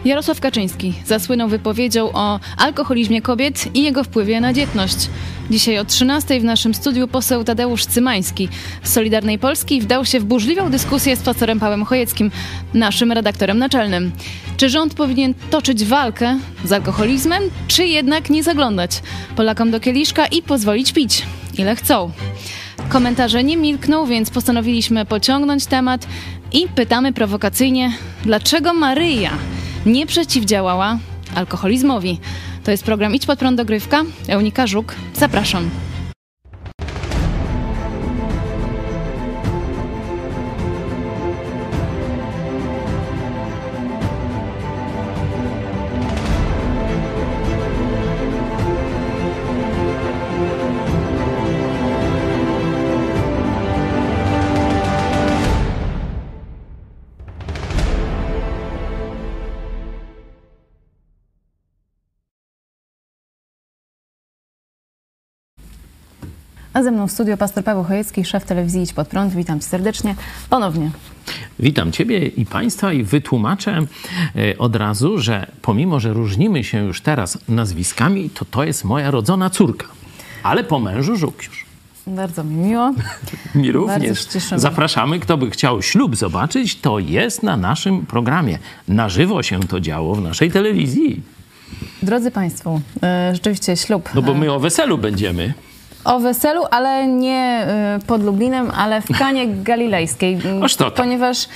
Jarosław Kaczyński zasłynął wypowiedzią o alkoholizmie kobiet i jego wpływie na dzietność. Dzisiaj o 13:00 w naszym studiu poseł Tadeusz Cymański z Solidarnej Polski wdał się w burzliwą dyskusję z pastorem Pawłem Chojeckim, naszym redaktorem naczelnym. Czy rząd powinien toczyć walkę z alkoholizmem, czy jednak nie zaglądać Polakom do kieliszka i pozwolić pić, ile chcą? Komentarze nie milkną, więc postanowiliśmy pociągnąć temat i pytamy prowokacyjnie, dlaczego Maryja nie przeciwdziałała alkoholizmowi. To jest program Idź Pod Prąd Dogrywka. Eunika Żuk, zapraszam. A ze mną w studio pastor Paweł Chojecki, szef telewizji Idź Pod Prąd. Witam cię serdecznie ponownie. Witam ciebie i państwa i wytłumaczę od razu, że pomimo, że różnimy się już teraz nazwiskami, to jest moja rodzona córka, ale po mężu Żukiusz. Bardzo mi miło. Mi również. Zapraszamy, kto by chciał ślub zobaczyć, to jest na naszym programie. Na żywo się to działo w naszej telewizji. Drodzy państwo, rzeczywiście ślub. No bo my o weselu będziemy. O weselu, ale nie pod Lublinem, ale w Kanie Galilejskiej. Ponieważ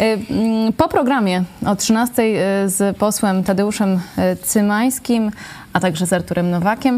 po programie o 13:00 z posłem Tadeuszem Cymańskim, a także z Arturem Nowakiem,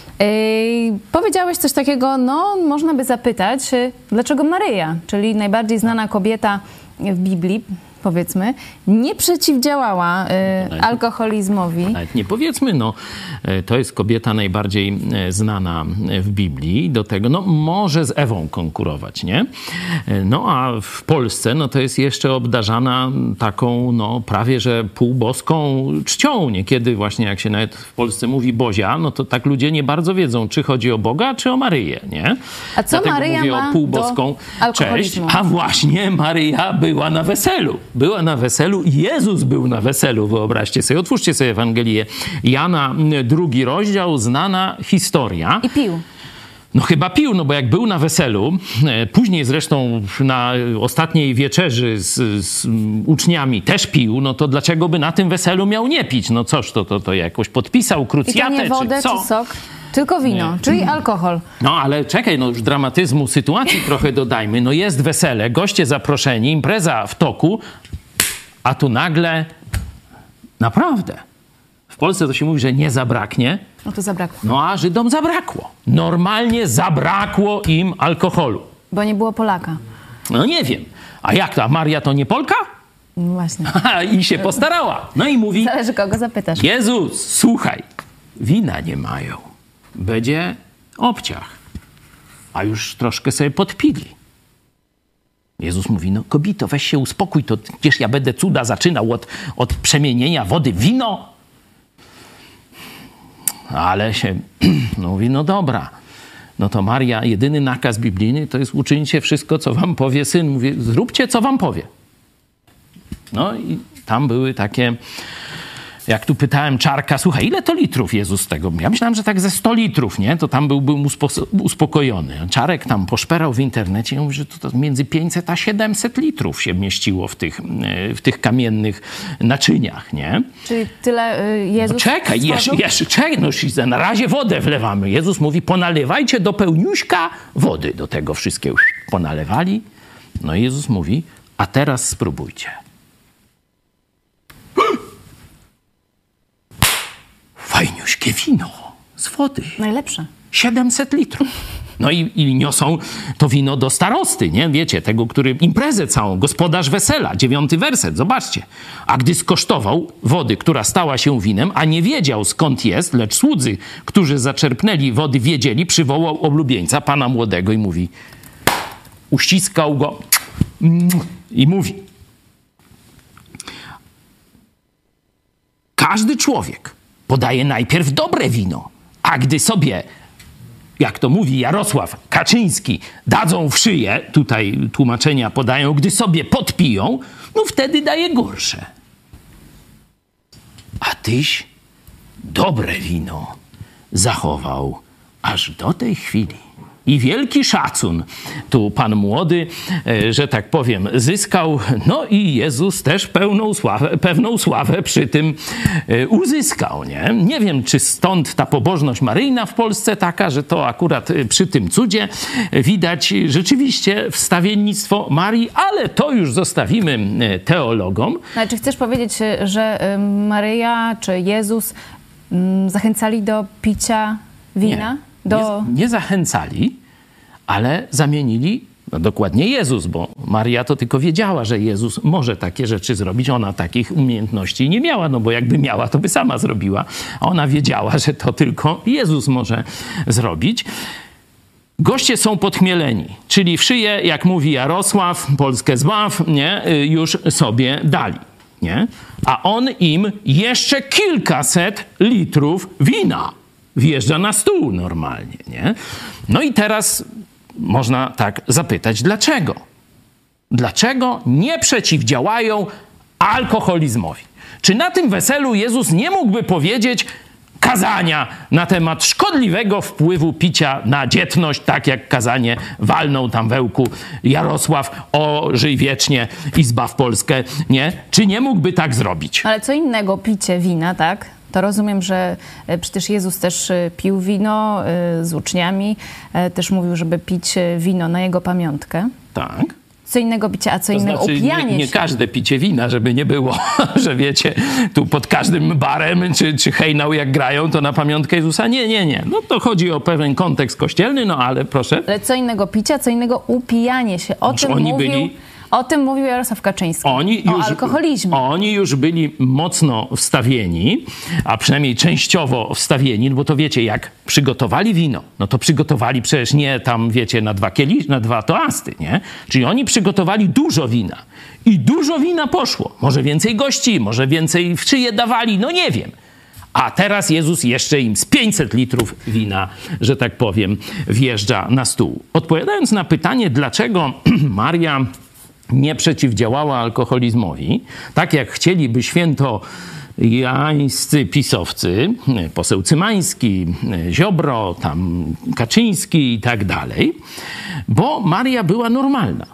powiedziałeś coś takiego, no można by zapytać, dlaczego Maryja, czyli najbardziej znana kobieta w Biblii, powiedzmy, nie przeciwdziałała alkoholizmowi. Nawet nie powiedzmy, no to jest kobieta najbardziej znana w Biblii. Do tego, no może z Ewą konkurować, nie? No a w Polsce, no to jest jeszcze obdarzana taką, no prawie że półboską czcią. Niekiedy właśnie jak się nawet w Polsce mówi Bozia, no to tak ludzie nie bardzo wiedzą, czy chodzi o Boga, czy o Maryję, nie? A co Dlatego Maryja mówię ma o półboską do alkoholizmu? cześć. A właśnie Maryja była na weselu. Była na weselu i Jezus był na weselu, wyobraźcie sobie. Otwórzcie sobie Ewangelię Jana, 2 rozdział, znana historia. I pił. No chyba pił, no bo jak był na weselu, później zresztą na ostatniej wieczerzy z uczniami też pił, no to dlaczego by na tym weselu miał nie pić? No cóż, to jakoś podpisał krucjatę, I to nie wodę, czy co? czy sok, tylko wino, nie. Czyli alkohol. No ale czekaj, no już dramatyzmu sytuacji trochę dodajmy. No jest wesele, goście zaproszeni, impreza w toku, a tu nagle naprawdę w Polsce to się mówi, że nie zabraknie. No to zabrakło. No a Żydom zabrakło. Normalnie zabrakło im alkoholu. Bo nie było Polaka. No nie wiem. A jak to? A Maria to nie Polka? No właśnie. I się postarała. No i mówi... Zależy kogo zapytasz. Jezus, słuchaj, wina nie mają. Będzie obciach. A już troszkę sobie podpili. Jezus mówi, no kobito, weź się uspokój, to przecież ja będę cuda zaczynał od przemienienia wody w wino. Ale się mówi, no dobra. No to Maria, jedyny nakaz biblijny to jest uczyńcie wszystko, co wam powie syn. Mówi, zróbcie, co wam powie. No i tam były takie, jak tu pytałem Czarka, słuchaj, ile to litrów Jezus z tego? Ja myślałem, że tak ze 100 litrów, nie? To tam byłbym uspokojony. Czarek tam poszperał w internecie i mówi, że to między 500 a 700 litrów się mieściło w tych kamiennych naczyniach, nie? Czyli tyle Jezus... No czekaj, czekaj, no na razie wodę wlewamy. Jezus mówi, ponalewajcie do pełniuśka wody. Do tego wszystkiego ponalewali. No i Jezus mówi, a teraz spróbujcie. Fajniuśkie wino z wody. Najlepsze. 700 litrów. No i niosą to wino do starosty, nie? Wiecie, tego, który imprezę całą, gospodarz wesela, 9 werset, zobaczcie. A gdy skosztował wody, która stała się winem, a nie wiedział skąd jest, lecz słudzy, którzy zaczerpnęli wody, wiedzieli, przywołał oblubieńca, pana młodego i mówi, uściskał go i mówi, każdy człowiek podaje najpierw dobre wino, a gdy sobie jak to mówi Jarosław Kaczyński, dadzą w szyję, tutaj tłumaczenia podają, gdy sobie podpiją, no wtedy daje gorsze. a tyś dobre wino zachował aż do tej chwili. I wielki szacun tu pan młody, że tak powiem, zyskał. No i Jezus też pewną sławę przy tym uzyskał. Nie wiem, czy stąd ta pobożność maryjna w Polsce taka, że to akurat przy tym cudzie widać rzeczywiście wstawiennictwo Marii, ale to już zostawimy teologom. Ale czy chcesz powiedzieć, że Maryja czy Jezus zachęcali do picia wina? Nie zachęcali, ale zamienili, no dokładnie Jezus, bo Maria to tylko wiedziała, że Jezus może takie rzeczy zrobić. Ona takich umiejętności nie miała, no bo jakby miała, to by sama zrobiła. A ona wiedziała, że to tylko Jezus może zrobić. Goście są podchmieleni, czyli w szyję, jak mówi Jarosław, Polskę zbaw, nie, już sobie dali. Nie? A on im jeszcze kilkaset litrów wina wjeżdża na stół normalnie, nie? No i teraz można tak zapytać, dlaczego? Dlaczego nie przeciwdziałają alkoholizmowi? Czy na tym weselu Jezus nie mógłby powiedzieć kazania na temat szkodliwego wpływu picia na dzietność, tak jak kazanie walnął tam wełku Jarosław, żyj wiecznie i zbaw Polskę, nie? Czy nie mógłby tak zrobić? Ale co innego picie wina, tak? To rozumiem, że przecież Jezus też pił wino z uczniami, też mówił, żeby pić wino na jego pamiątkę. Tak. Co innego picie, a co innego upijanie się. Nie każde picie wina, żeby nie było, że wiecie, tu pod każdym barem czy hejnał jak grają, to na pamiątkę Jezusa. Nie. No to chodzi o pewien kontekst kościelny, no ale proszę. Ale co innego picia, co innego upijanie się. O tym mówił Jarosław Kaczyński, o alkoholizmie. Oni już byli mocno wstawieni, a przynajmniej częściowo wstawieni, bo to wiecie, jak przygotowali wino, no to przygotowali przecież nie tam, wiecie, na dwa toasty, nie? Czyli oni przygotowali dużo wina i dużo wina poszło. Może więcej gości, może więcej w szyję dawali, no nie wiem. A teraz Jezus jeszcze im z 500 litrów wina, że tak powiem, wjeżdża na stół. Odpowiadając na pytanie, dlaczego Maria nie przeciwdziałała alkoholizmowi, tak jak chcieliby świętojańscy pisowcy, poseł Cymański, Ziobro, tam Kaczyński i tak dalej, bo Maria była normalna.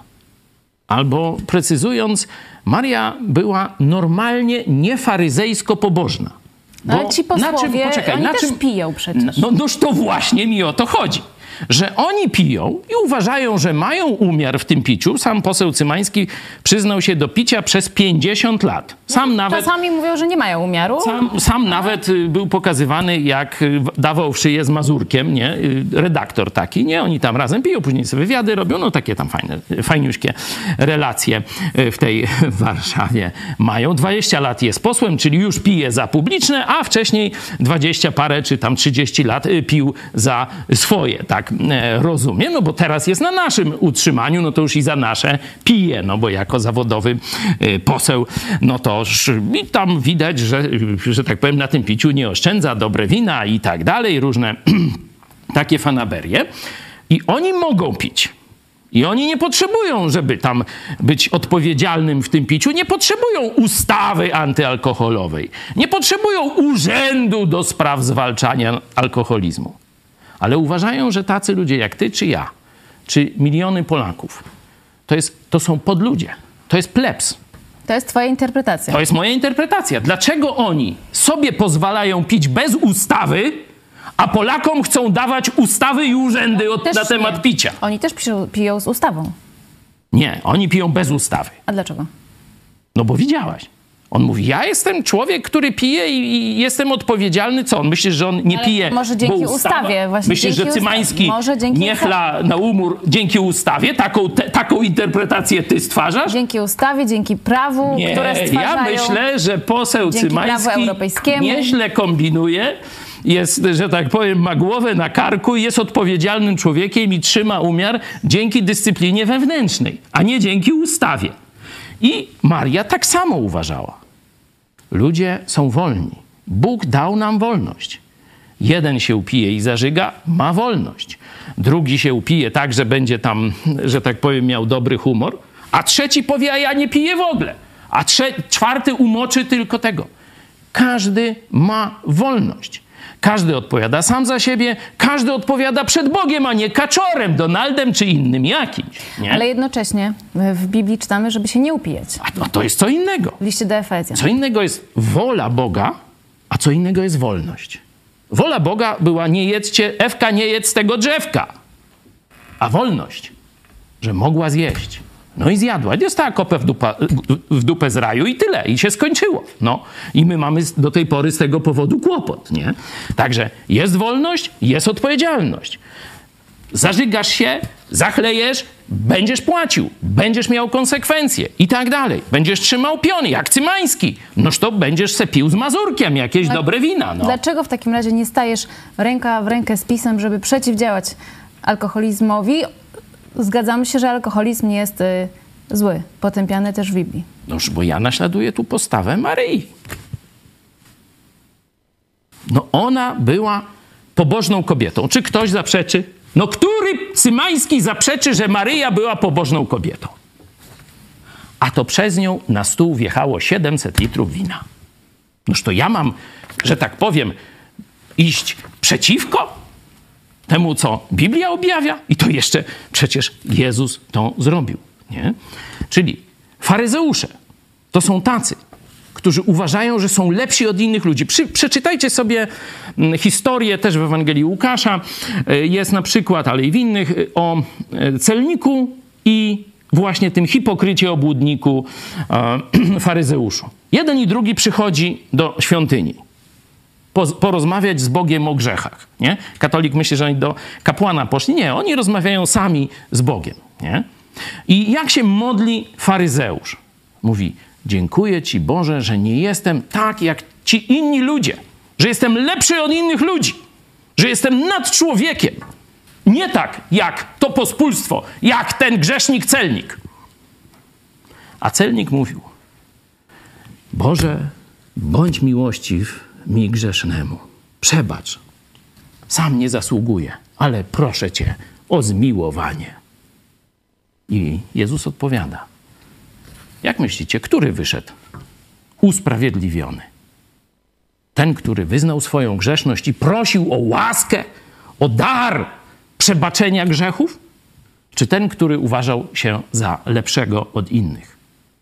Albo precyzując, Maria była normalnie niefaryzejsko pobożna. Ale ci posłowie, oni też piją przecież. Noż to właśnie mi o to chodzi. Że oni piją i uważają, że mają umiar w tym piciu. Sam poseł Cymański przyznał się do picia przez 50 lat. Czasami mówią, że nie mają umiaru. Sam nawet był pokazywany, jak dawał w szyję z Mazurkiem, nie? Redaktor taki, nie? Oni tam razem piją, później sobie wywiady robią, no takie tam fajniuśkie relacje w tej Warszawie mają. 20 lat jest posłem, czyli już pije za publiczne, a wcześniej 20 parę czy tam 30 lat pił za swoje, tak rozumiem, no bo teraz jest na naszym utrzymaniu, no to już i za nasze pije, no bo jako zawodowy poseł, no to i tam widać, że tak powiem, na tym piciu nie oszczędza, dobre wina i tak dalej, różne takie fanaberie. I oni mogą pić. I oni nie potrzebują, żeby tam być odpowiedzialnym w tym piciu, nie potrzebują ustawy antyalkoholowej, nie potrzebują urzędu do spraw zwalczania alkoholizmu. Ale uważają, że tacy ludzie jak ty czy ja, czy miliony Polaków, to są podludzie, to jest plebs. To jest twoja interpretacja. To jest moja interpretacja. Dlaczego oni sobie pozwalają pić bez ustawy, a Polakom chcą dawać ustawy i urzędy na temat picia? Oni też piją z ustawą. Nie, oni piją bez ustawy. A dlaczego? No bo widziałaś. On mówi, ja jestem człowiek, który pije i jestem odpowiedzialny. Co on? Myślisz, że on nie pije, może dzięki ustawie. Właśnie myślisz, że Cymański nie chla na umór dzięki ustawie? Taką interpretację ty stwarzasz? Dzięki ustawie, dzięki prawu, które stwarzają. Ja myślę, że poseł Cymański nieźle kombinuje. Jest, że tak powiem, ma głowę na karku i jest odpowiedzialnym człowiekiem i trzyma umiar dzięki dyscyplinie wewnętrznej, a nie dzięki ustawie. I Maria tak samo uważała. Ludzie są wolni. Bóg dał nam wolność. Jeden się upije i zażyga, ma wolność. Drugi się upije tak, że będzie tam, że tak powiem, miał dobry humor, a trzeci powie, a ja nie piję w ogóle. A czwarty umoczy tylko tego. Każdy ma wolność. Każdy odpowiada sam za siebie, każdy odpowiada przed Bogiem, a nie kaczorem, Donaldem czy innym jakimś. Nie? Ale jednocześnie w Biblii czytamy, żeby się nie upijać. A to jest co innego. W liście do Efezjan. Co innego jest wola Boga, a co innego jest wolność. Wola Boga była: nie jedzcie, Ewka, nie jedz z tego drzewka. A wolność, że mogła zjeść. No i zjadła. Dostała kopę w dupę z raju i tyle. I się skończyło. No. I my mamy do tej pory z tego powodu kłopot, nie? Także jest wolność, jest odpowiedzialność. Zażygasz się, zachlejesz, będziesz płacił, będziesz miał konsekwencje i tak dalej. Będziesz trzymał piony, jak Cymański. Noż to będziesz se pił z Mazurkiem jakieś dobre wina. No. Dlaczego w takim razie nie stajesz ręka w rękę z PiS-em, żeby przeciwdziałać alkoholizmowi? Zgadzamy się, że alkoholizm nie jest zły, potępiany też w Biblii. Noż, bo ja naśladuję tu postawę Maryi. No ona była pobożną kobietą. Czy ktoś zaprzeczy? No który Cymański zaprzeczy, że Maryja była pobożną kobietą? A to przez nią na stół wjechało 700 litrów wina. Noż to ja mam, że tak powiem, iść przeciwko temu, co Biblia objawia? I to jeszcze przecież Jezus to zrobił. Nie? Czyli faryzeusze to są tacy, którzy uważają, że są lepsi od innych ludzi. Przeczytajcie sobie historię też w Ewangelii Łukasza. Jest na przykład, ale i w innych, o celniku i właśnie tym hipokrycie, obłudniku, faryzeuszu. Jeden i drugi przychodzi do świątyni porozmawiać z Bogiem o grzechach. Nie? Katolik myśli, że oni do kapłana poszli. Nie, oni rozmawiają sami z Bogiem. Nie? I jak się modli faryzeusz? Mówi: dziękuję Ci, Boże, że nie jestem tak jak ci inni ludzie, że jestem lepszy od innych ludzi, że jestem nad człowiekiem. Nie tak jak to pospólstwo, jak ten grzesznik celnik. A celnik mówił: Boże, bądź miłościw mi grzesznemu. Przebacz. Sam nie zasługuję, ale proszę Cię o zmiłowanie. I Jezus odpowiada: jak myślicie, który wyszedł usprawiedliwiony? Ten, który wyznał swoją grzeszność i prosił o łaskę, o dar przebaczenia grzechów? Czy ten, który uważał się za lepszego od innych?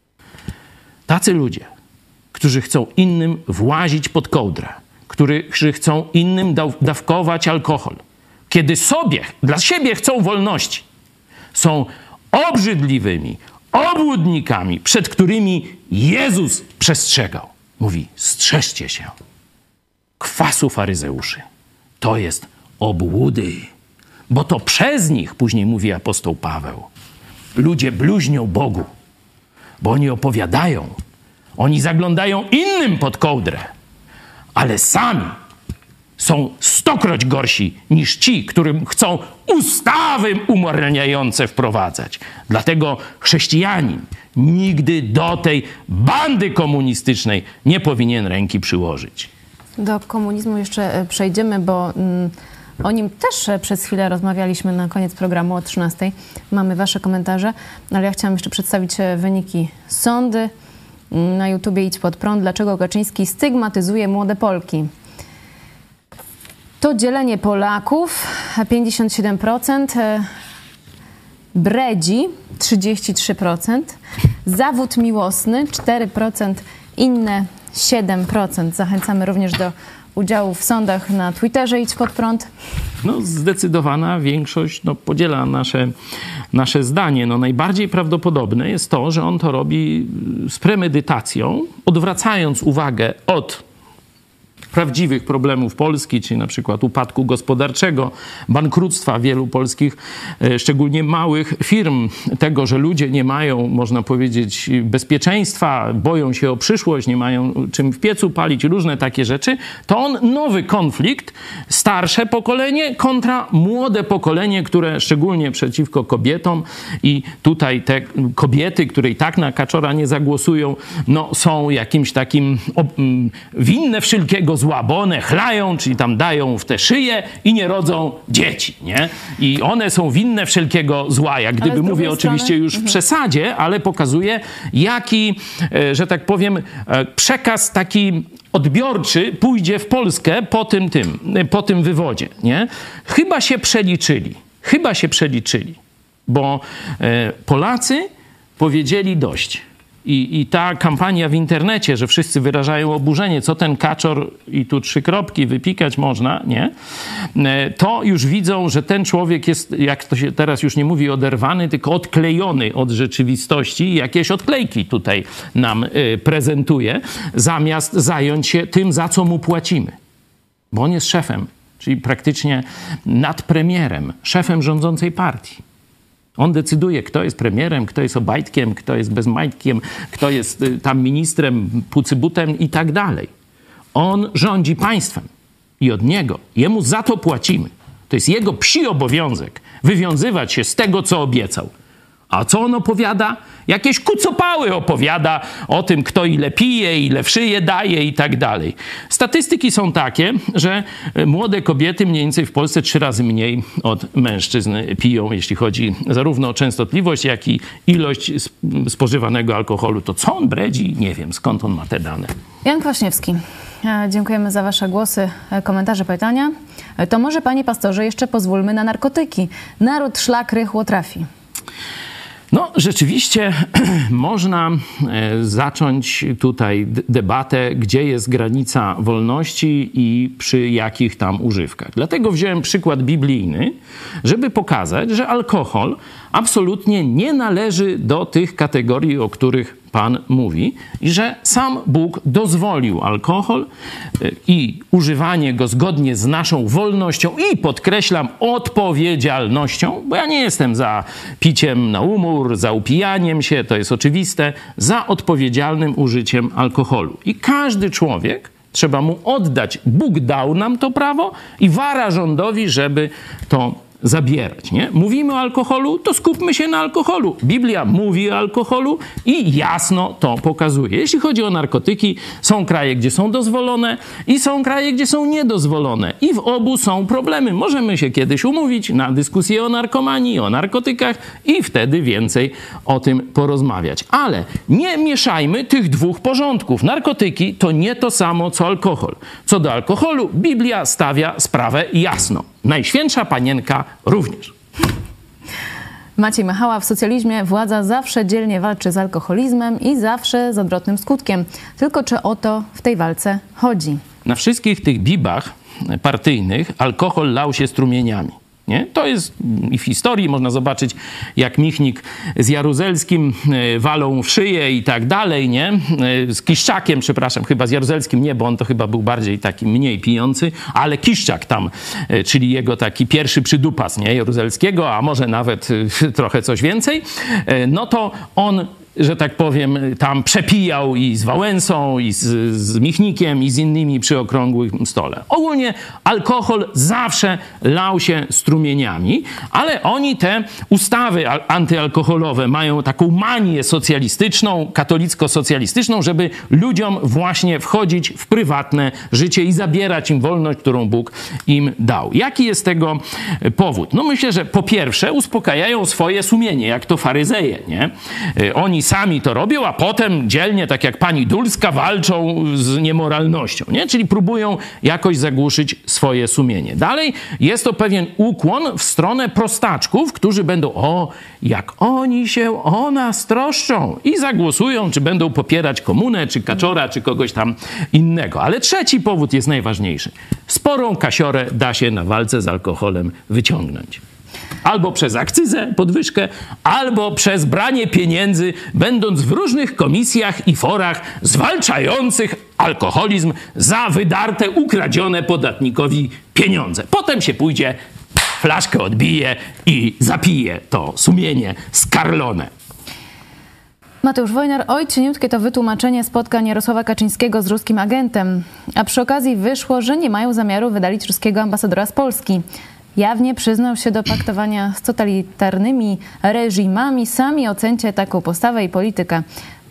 Tacy ludzie, którzy chcą innym włazić pod kołdrę, którzy chcą innym dawkować alkohol, kiedy sobie, dla siebie chcą wolności, są obrzydliwymi obłudnikami, przed którymi Jezus przestrzegał. Mówi: strzeżcie się kwasu faryzeuszy. To jest obłudy, bo to przez nich, później mówi apostoł Paweł, ludzie bluźnią Bogu, bo oni opowiadają, oni zaglądają innym pod kołdrę, ale sami są 100-kroć gorsi niż ci, którym chcą ustawy umoralniające wprowadzać. Dlatego chrześcijanin nigdy do tej bandy komunistycznej nie powinien ręki przyłożyć. Do komunizmu jeszcze przejdziemy, bo o nim też przez chwilę rozmawialiśmy na koniec programu o 13:00. Mamy wasze komentarze, ale ja chciałam jeszcze przedstawić wyniki sądy. Na YouTubie Idź Pod Prąd. Dlaczego Kaczyński stygmatyzuje młode Polki? To dzielenie Polaków 57%, bredzi 33%, zawód miłosny 4%, inne 7%. Zachęcamy również do udziału w sądach na Twitterze Idź Pod Prąd. No, zdecydowana większość podziela nasze zdanie. No, najbardziej prawdopodobne jest to, że on to robi z premedytacją, odwracając uwagę od prawdziwych problemów Polski, czyli na przykład upadku gospodarczego, bankructwa wielu polskich, szczególnie małych firm, tego, że ludzie nie mają, można powiedzieć, bezpieczeństwa, boją się o przyszłość, nie mają czym w piecu palić, różne takie rzeczy, to on nowy konflikt, starsze pokolenie kontra młode pokolenie, które szczególnie przeciwko kobietom i tutaj te kobiety, które i tak na Kaczora nie zagłosują, no są jakimś takim winne wszelkiego zła, bo one chlają, czyli tam dają w te szyje i nie rodzą dzieci, nie? I one są winne wszelkiego zła, jak gdyby mówię oczywiście już w przesadzie, ale pokazuje, jaki, że tak powiem, przekaz taki odbiorczy pójdzie w Polskę po tym wywodzie, nie? Chyba się przeliczyli, bo Polacy powiedzieli dość. I ta kampania w internecie, że wszyscy wyrażają oburzenie, co ten kaczor, i tu 3 kropki, wypikać można, nie? To już widzą, że ten człowiek jest, jak to się teraz już nie mówi oderwany, tylko odklejony od rzeczywistości i jakieś odklejki tutaj nam prezentuje, zamiast zająć się tym, za co mu płacimy. Bo on jest szefem, czyli praktycznie nadpremierem, szefem rządzącej partii. On decyduje, kto jest premierem, kto jest Obajtkiem, kto jest bezmajtkiem, kto jest tam ministrem, pucybutem i tak dalej. On rządzi państwem i od niego, jemu za to płacimy. To jest jego psi obowiązek wywiązywać się z tego, co obiecał. A co on opowiada? Jakieś kucopały opowiada o tym, kto ile pije, ile w szyję daje i tak dalej. Statystyki są takie, że młode kobiety mniej więcej w Polsce 3 razy mniej od mężczyzn piją, jeśli chodzi zarówno o częstotliwość, jak i ilość spożywanego alkoholu. To co on bredzi? Nie wiem, skąd on ma te dane. Jan Kwaśniewski, dziękujemy za wasze głosy, komentarze, pytania. To może, panie pastorze, jeszcze pozwólmy na narkotyki. Naród szlak rychło trafi. No, rzeczywiście można zacząć tutaj debatę, gdzie jest granica wolności i przy jakich tam używkach. Dlatego wziąłem przykład biblijny, żeby pokazać, że alkohol absolutnie nie należy do tych kategorii, o których Pan mówi, i że sam Bóg dozwolił alkohol i używanie go zgodnie z naszą wolnością i, podkreślam, odpowiedzialnością, bo ja nie jestem za piciem na umór, za upijaniem się, to jest oczywiste, za odpowiedzialnym użyciem alkoholu. I każdy człowiek, trzeba mu oddać, Bóg dał nam to prawo i wara rządowi, żeby to zabierać, nie? Mówimy o alkoholu, to skupmy się na alkoholu. Biblia mówi o alkoholu i jasno to pokazuje. Jeśli chodzi o narkotyki, są kraje, gdzie są dozwolone i są kraje, gdzie są niedozwolone. I w obu są problemy. Możemy się kiedyś umówić na dyskusję o narkomanii, o narkotykach i wtedy więcej o tym porozmawiać. Ale nie mieszajmy tych 2 porządków. Narkotyki to nie to samo, co alkohol. Co do alkoholu, Biblia stawia sprawę jasno. Najświętsza Panienka również. Maciej Machała: w socjalizmie władza zawsze dzielnie walczy z alkoholizmem i zawsze z odwrotnym skutkiem. Tylko czy o to w tej walce chodzi? Na wszystkich tych bibach partyjnych alkohol lał się strumieniami. Nie? To jest i w historii można zobaczyć, jak Michnik z Jaruzelskim walą w szyję i tak dalej, nie? Z Kiszczakiem, przepraszam, chyba z Jaruzelskim nie, bo on to chyba był bardziej taki mniej pijący, ale Kiszczak tam, czyli jego taki pierwszy przydupas, nie? Jaruzelskiego, a może nawet trochę coś więcej, no to on, że tak powiem, tam przepijał i z Wałęsą, i z Michnikiem, i z innymi przy okrągłym stole. Ogólnie alkohol zawsze lał się strumieniami, ale oni te ustawy antyalkoholowe mają taką manię socjalistyczną, katolicko-socjalistyczną, żeby ludziom właśnie wchodzić w prywatne życie i zabierać im wolność, którą Bóg im dał. Jaki jest tego powód? No myślę, że po pierwsze uspokajają swoje sumienie, jak to faryzeje, nie? Oni sami to robią, a potem dzielnie, tak jak pani Dulska, walczą z niemoralnością, nie? Czyli próbują jakoś zagłuszyć swoje sumienie. Dalej jest to pewien ukłon w stronę prostaczków, którzy będą, jak oni się o nas troszczą i zagłosują, czy będą popierać komunę, czy Kaczora, czy kogoś tam innego. Ale trzeci powód jest najważniejszy. Sporą kasiorę da się na walce z alkoholem wyciągnąć. Albo przez akcyzę, podwyżkę, albo przez branie pieniędzy, będąc w różnych komisjach i forach zwalczających alkoholizm za wydarte, ukradzione podatnikowi pieniądze. Potem się pójdzie, flaszkę odbije i zapije to sumienie skarlone. Mateusz Wojnar: oj, cieniutkie to wytłumaczenie spotkań Jarosława Kaczyńskiego z ruskim agentem. A przy okazji wyszło, że nie mają zamiaru wydalić ruskiego ambasadora z Polski. Jawnie przyznał się do paktowania z totalitarnymi reżimami. Sami ocencie taką postawę i politykę.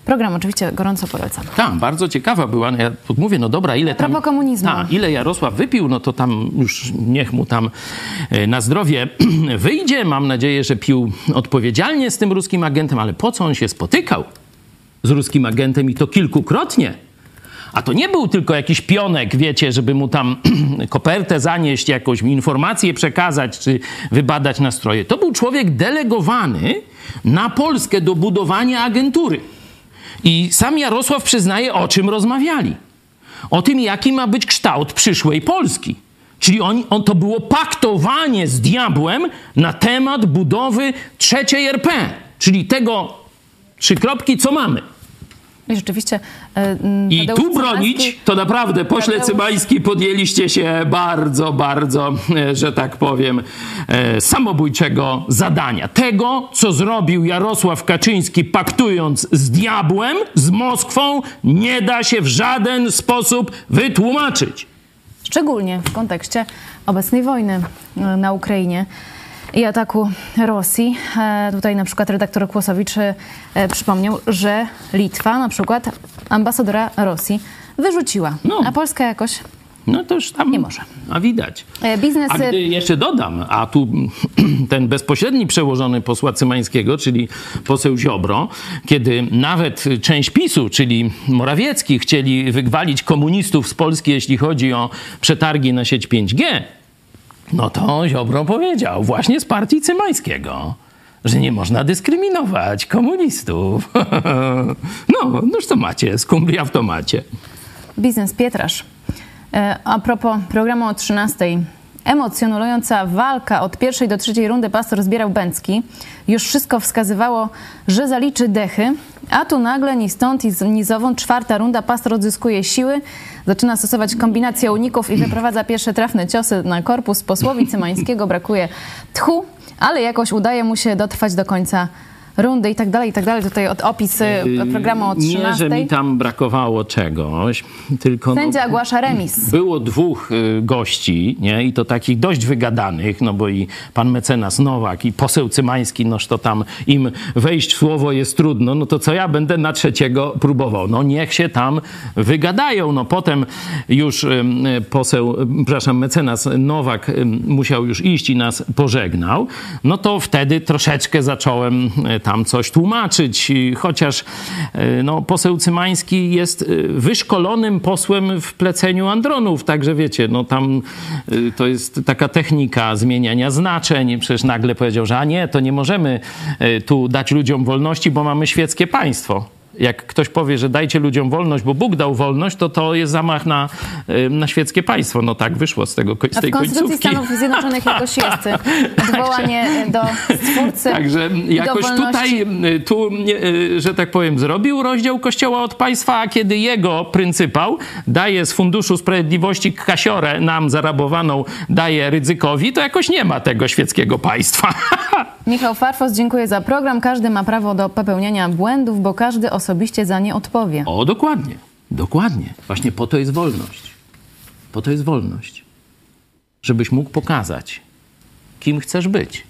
Program oczywiście gorąco polecam. Tak, bardzo ciekawa była. Ja mówię, no dobra, ile tam... Prawo komunizmu. Ile Jarosław wypił, no to tam już niech mu tam na zdrowie wyjdzie. Mam nadzieję, że pił odpowiedzialnie z tym ruskim agentem, ale po co on się spotykał z ruskim agentem i to kilkukrotnie? A to nie był tylko jakiś pionek, wiecie, żeby mu tam kopertę zanieść, jakąś informację przekazać, czy wybadać nastroje. To był człowiek delegowany na Polskę do budowania agentury. I sam Jarosław przyznaje, o czym rozmawiali. O tym, jaki ma być kształt przyszłej Polski. Czyli to było paktowanie z diabłem na temat budowy trzeciej RP. Czyli tego, co mamy. I rzeczywiście... I tu bronić, to naprawdę, pośle Cymański, podjęliście się bardzo, bardzo, że tak powiem, samobójczego zadania. Tego, co zrobił Jarosław Kaczyński, paktując z diabłem, z Moskwą, nie da się w żaden sposób wytłumaczyć. Szczególnie w kontekście obecnej wojny na Ukrainie i ataku Rosji. Tutaj na przykład redaktor Kłosowicz przypomniał, że Litwa na przykład ambasadora Rosji wyrzuciła, a Polska jakoś no to już tam nie może. A widać. Biznes... A gdy jeszcze dodam, a tu ten bezpośredni przełożony posła Cymańskiego, czyli poseł Ziobro, kiedy nawet część PiS-u, czyli Morawiecki, chcieli wygwalić komunistów z Polski, jeśli chodzi o przetargi na sieć 5G, no to Ziobro powiedział właśnie z partii Cymańskiego, że nie można dyskryminować komunistów. Noż to macie, skumbria w tomacie. Biznes Pietrasz. A propos programu o 13:00. Emocjonująca walka od pierwszej do trzeciej rundy pastor zbierał Bęcki. Już wszystko wskazywało, że zaliczy dechy, a tu nagle ni stąd, ni zowąd czwarta runda. Pastor odzyskuje siły, zaczyna stosować kombinację uników i wyprowadza pierwsze trafne ciosy na korpus. Posłowi Cymańskiego brakuje tchu, ale jakoś udaje mu się dotrwać do końca rundy i tak dalej, i tak dalej. Tutaj opis programu o 13:00. Nie, że mi tam brakowało czegoś, tylko... Sędzia ogłasza remis. Było dwóch gości, nie? I to takich dość wygadanych, no bo i pan mecenas Nowak i poseł Cymański, noż to tam im wejść w słowo jest trudno, no to co ja będę na trzeciego próbował? No niech się tam wygadają. No potem już mecenas Nowak musiał już iść i nas pożegnał. No to wtedy troszeczkę zacząłem tam coś tłumaczyć, chociaż poseł Cymański jest wyszkolonym posłem w pleceniu andronów, także wiecie, no tam to jest taka technika zmieniania znaczeń. Przecież nagle powiedział, że to nie możemy tu dać ludziom wolności, bo mamy świeckie państwo. Jak ktoś powie, że dajcie ludziom wolność, bo Bóg dał wolność, to jest zamach na świeckie państwo. No tak wyszło z tej końcówki. A w Konstytucji Stanów Zjednoczonych jakoś jest odwołanie do Stwórcy. Także jakoś tutaj, że tak powiem, zrobił rozdział Kościoła od państwa, a kiedy jego pryncypał daje z Funduszu Sprawiedliwości kasiorę nam zarabowaną, daje Rydzykowi, to jakoś nie ma tego świeckiego państwa. Michał Farfos, dziękuję za program. Każdy ma prawo do popełniania błędów, bo każdy osobiście za nie odpowie. O, dokładnie. Dokładnie. Właśnie po to jest wolność. Po to jest wolność. Żebyś mógł pokazać, kim chcesz być.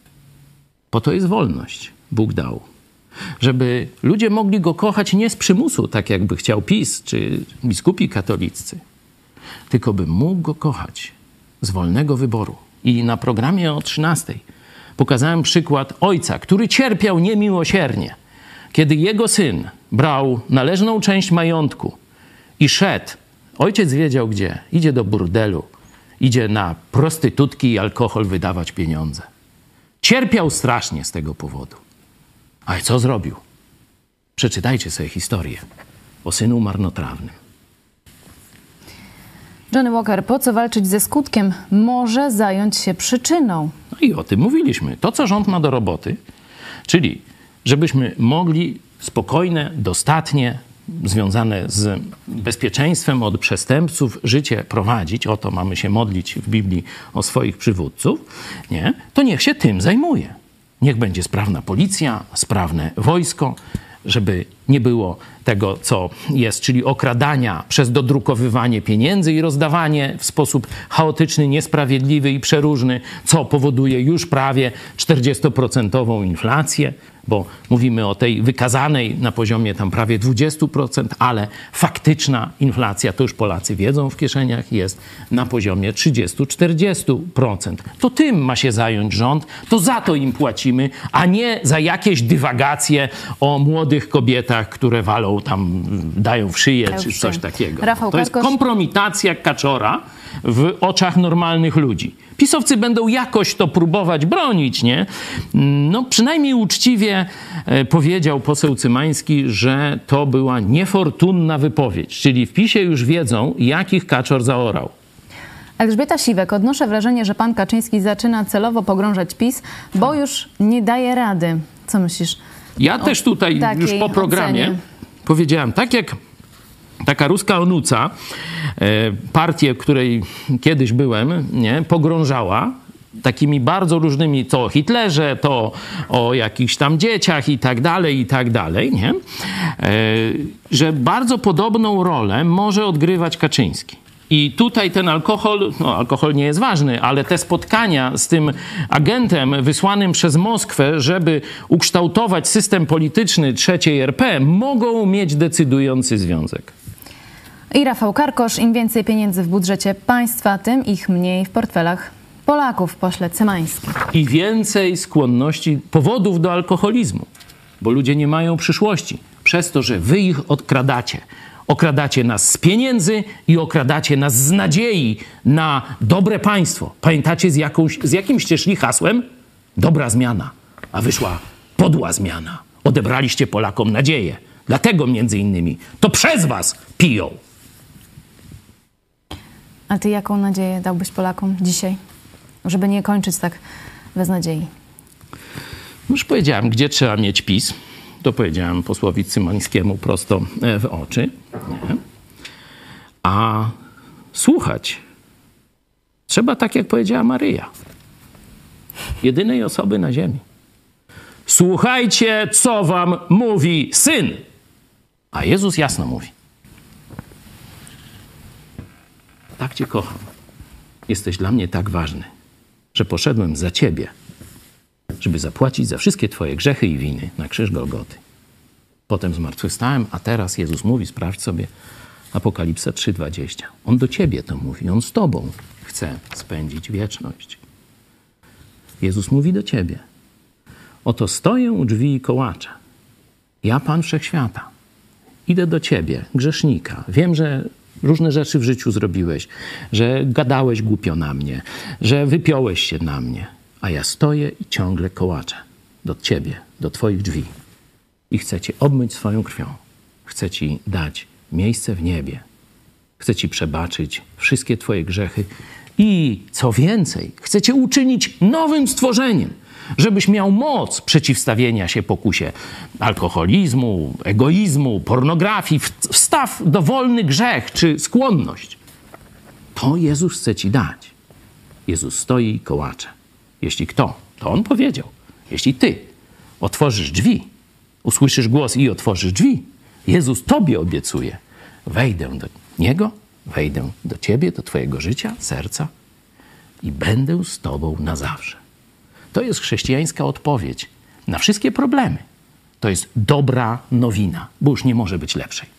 Po to jest wolność. Bóg dał. Żeby ludzie mogli go kochać nie z przymusu, tak jakby chciał PiS czy biskupi katoliccy, tylko by mógł go kochać z wolnego wyboru. I na programie o 13:00 pokazałem przykład ojca, który cierpiał niemiłosiernie, kiedy jego syn brał należną część majątku i szedł. Ojciec wiedział gdzie. Idzie do burdelu, idzie na prostytutki i alkohol wydawać pieniądze. Cierpiał strasznie z tego powodu. Ale co zrobił? Przeczytajcie sobie historię o synu marnotrawnym. Johnny Walker, po co walczyć ze skutkiem? Może zająć się przyczyną. No i o tym mówiliśmy. To, co rząd ma do roboty, czyli żebyśmy mogli spokojne, dostatnie, związane z bezpieczeństwem od przestępców życie prowadzić, o to mamy się modlić w Biblii o swoich przywódców, nie? To niech się tym zajmuje. Niech będzie sprawna policja, sprawne wojsko, żeby nie było tego, co jest, czyli okradania przez dodrukowywanie pieniędzy i rozdawanie w sposób chaotyczny, niesprawiedliwy i przeróżny, co powoduje już prawie 40% inflację. bo mówimy o tej wykazanej na poziomie tam prawie 20%, ale faktyczna inflacja, to już Polacy wiedzą, w kieszeniach jest na poziomie 30-40%. To tym ma się zająć rząd, to za to im płacimy, a nie za jakieś dywagacje o młodych kobietach, które walą tam, dają w szyję czy coś takiego. To jest kompromitacja Kaczora w oczach normalnych ludzi. PiS-owcy będą jakoś to próbować bronić, nie? No przynajmniej uczciwie powiedział poseł Cymański, że to była niefortunna wypowiedź, czyli w PiS-ie już wiedzą, jakich Kaczor zaorał. Elżbieta Siwek, odnoszę wrażenie, że pan Kaczyński zaczyna celowo pogrążać PiS, bo już nie daje rady. Co myślisz? Ja też tutaj już po programie powiedziałem, tak jak taka ruska onuca, partię, w której kiedyś byłem, nie, pogrążała takimi bardzo różnymi, to o Hitlerze, to o jakichś tam dzieciach i tak dalej, nie? Że bardzo podobną rolę może odgrywać Kaczyński. I tutaj ten alkohol nie jest ważny, ale te spotkania z tym agentem wysłanym przez Moskwę, żeby ukształtować system polityczny III RP, mogą mieć decydujący związek. I Rafał Karkosz, im więcej pieniędzy w budżecie państwa, tym ich mniej w portfelach Polaków, pośle Cymański. I więcej skłonności, powodów do alkoholizmu, bo ludzie nie mają przyszłości przez to, że wy ich odkradacie. Okradacie nas z pieniędzy i okradacie nas z nadziei na dobre państwo. Pamiętacie z jakimście szli hasłem? Dobra zmiana, a wyszła podła zmiana. Odebraliście Polakom nadzieję. Dlatego między innymi to przez was piją. A ty jaką nadzieję dałbyś Polakom dzisiaj, żeby nie kończyć tak bez nadziei? Już powiedziałem, gdzie trzeba mieć PiS. To powiedziałem posłowi Cymańskiemu prosto w oczy. Nie? A słuchać trzeba tak, jak powiedziała Maryja. Jedynej osoby na ziemi. Słuchajcie, co wam mówi Syn. A Jezus jasno mówi. Tak cię kocham. Jesteś dla mnie tak ważny, że poszedłem za ciebie, żeby zapłacić za wszystkie twoje grzechy i winy na krzyż Golgoty. Potem zmartwychwstałem, a teraz Jezus mówi, sprawdź sobie Apokalipsa 3:20. On do ciebie to mówi, On z tobą chce spędzić wieczność. Jezus mówi do ciebie. Oto stoję u drzwi i kołaczę. Ja, Pan Wszechświata, idę do ciebie, grzesznika. Wiem, że różne rzeczy w życiu zrobiłeś, że gadałeś głupio na mnie, że wypiąłeś się na mnie. A ja stoję i ciągle kołaczę do ciebie, do twoich drzwi. I chcę cię obmyć swoją krwią. Chcę ci dać miejsce w niebie. Chcę ci przebaczyć wszystkie twoje grzechy. I co więcej, chcę cię uczynić nowym stworzeniem, żebyś miał moc przeciwstawienia się pokusie alkoholizmu, egoizmu, pornografii. Wstaw dowolny grzech czy skłonność. To Jezus chce ci dać. Jezus stoi i kołacze. Jeśli kto, to On powiedział. Jeśli ty otworzysz drzwi, usłyszysz głos i otworzysz drzwi, Jezus tobie obiecuje. Wejdę do Niego, wejdę do ciebie, do twojego życia, serca i będę z tobą na zawsze. To jest chrześcijańska odpowiedź na wszystkie problemy. To jest dobra nowina, bo już nie może być lepszej.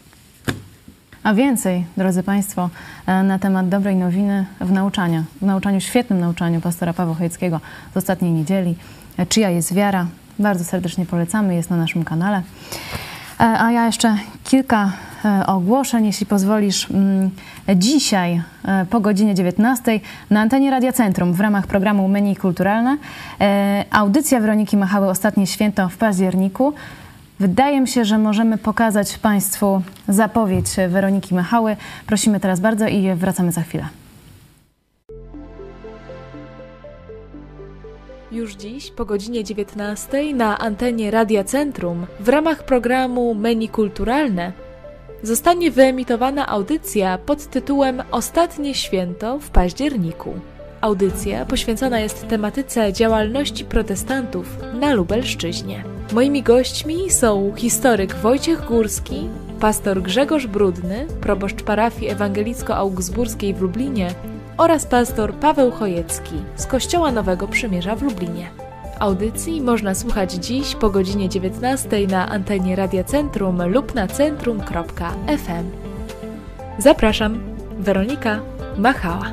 A więcej, drodzy Państwo, na temat dobrej nowiny w nauczaniu, świetnym nauczaniu pastora Pawła Chojeckiego z ostatniej niedzieli. Czyja jest wiara? Bardzo serdecznie polecamy, jest na naszym kanale. A ja jeszcze kilka ogłoszeń, jeśli pozwolisz. Dzisiaj po godzinie 19 na antenie Radia Centrum w ramach programu Menu Kulturalne audycja Weroniki Machały Ostatnie Święto w październiku. Wydaje mi się, że możemy pokazać Państwu zapowiedź Weroniki Machały. Prosimy teraz bardzo i wracamy za chwilę. Już dziś po godzinie 19 na antenie Radia Centrum w ramach programu Menu Kulturalne zostanie wyemitowana audycja pod tytułem Ostatnie Święto w październiku. Audycja poświęcona jest tematyce działalności protestantów na Lubelszczyźnie. Moimi gośćmi są historyk Wojciech Górski, pastor Grzegorz Brudny, proboszcz parafii ewangelicko-augsburskiej w Lublinie oraz pastor Paweł Chojecki z Kościoła Nowego Przymierza w Lublinie. Audycji można słuchać dziś po godzinie 19 na antenie Radia Centrum lub na centrum.fm. Zapraszam, Weronika Machała.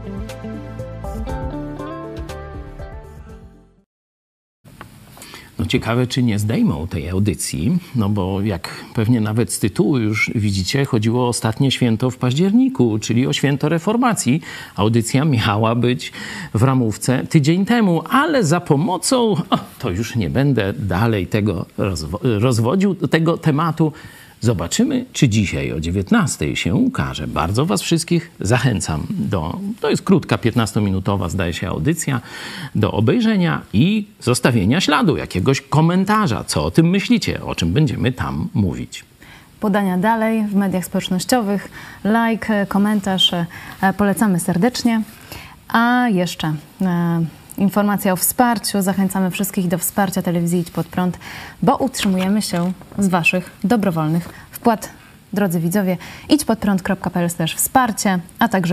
No ciekawe, czy nie zdejmą tej audycji, no bo jak pewnie nawet z tytułu już widzicie, chodziło o ostatnie święto w październiku, czyli o święto reformacji. Audycja miała być w ramówce tydzień temu, ale za pomocą, to już nie będę dalej tego rozwodził, tego tematu. Zobaczymy, czy dzisiaj o 19 się ukaże. Bardzo was wszystkich zachęcam to jest krótka, 15-minutowa, zdaje się, audycja, do obejrzenia i zostawienia śladu, jakiegoś komentarza. Co o tym myślicie? O czym będziemy tam mówić? Podania dalej w mediach społecznościowych, like, komentarz, polecamy serdecznie. A jeszcze informacja o wsparciu. Zachęcamy wszystkich do wsparcia telewizji Idź Pod Prąd, bo utrzymujemy się z waszych dobrowolnych wpłat. Drodzy widzowie, idźpodprąd.pl/wsparcie, a także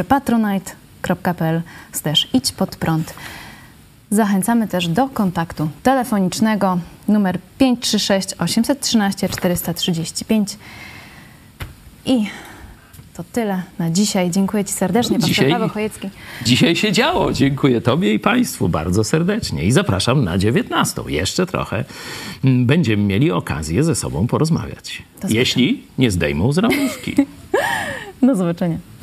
patronite.pl/idźpodprąd. Zachęcamy też do kontaktu telefonicznego numer 536 813 435. I to tyle na dzisiaj. Dziękuję ci serdecznie, pastor Paweł Chojecki. Dzisiaj się działo. Dziękuję tobie i państwu bardzo serdecznie. I zapraszam na 19. Jeszcze trochę będziemy mieli okazję ze sobą porozmawiać. Jeśli nie zdejmą z ramówki. Do zobaczenia.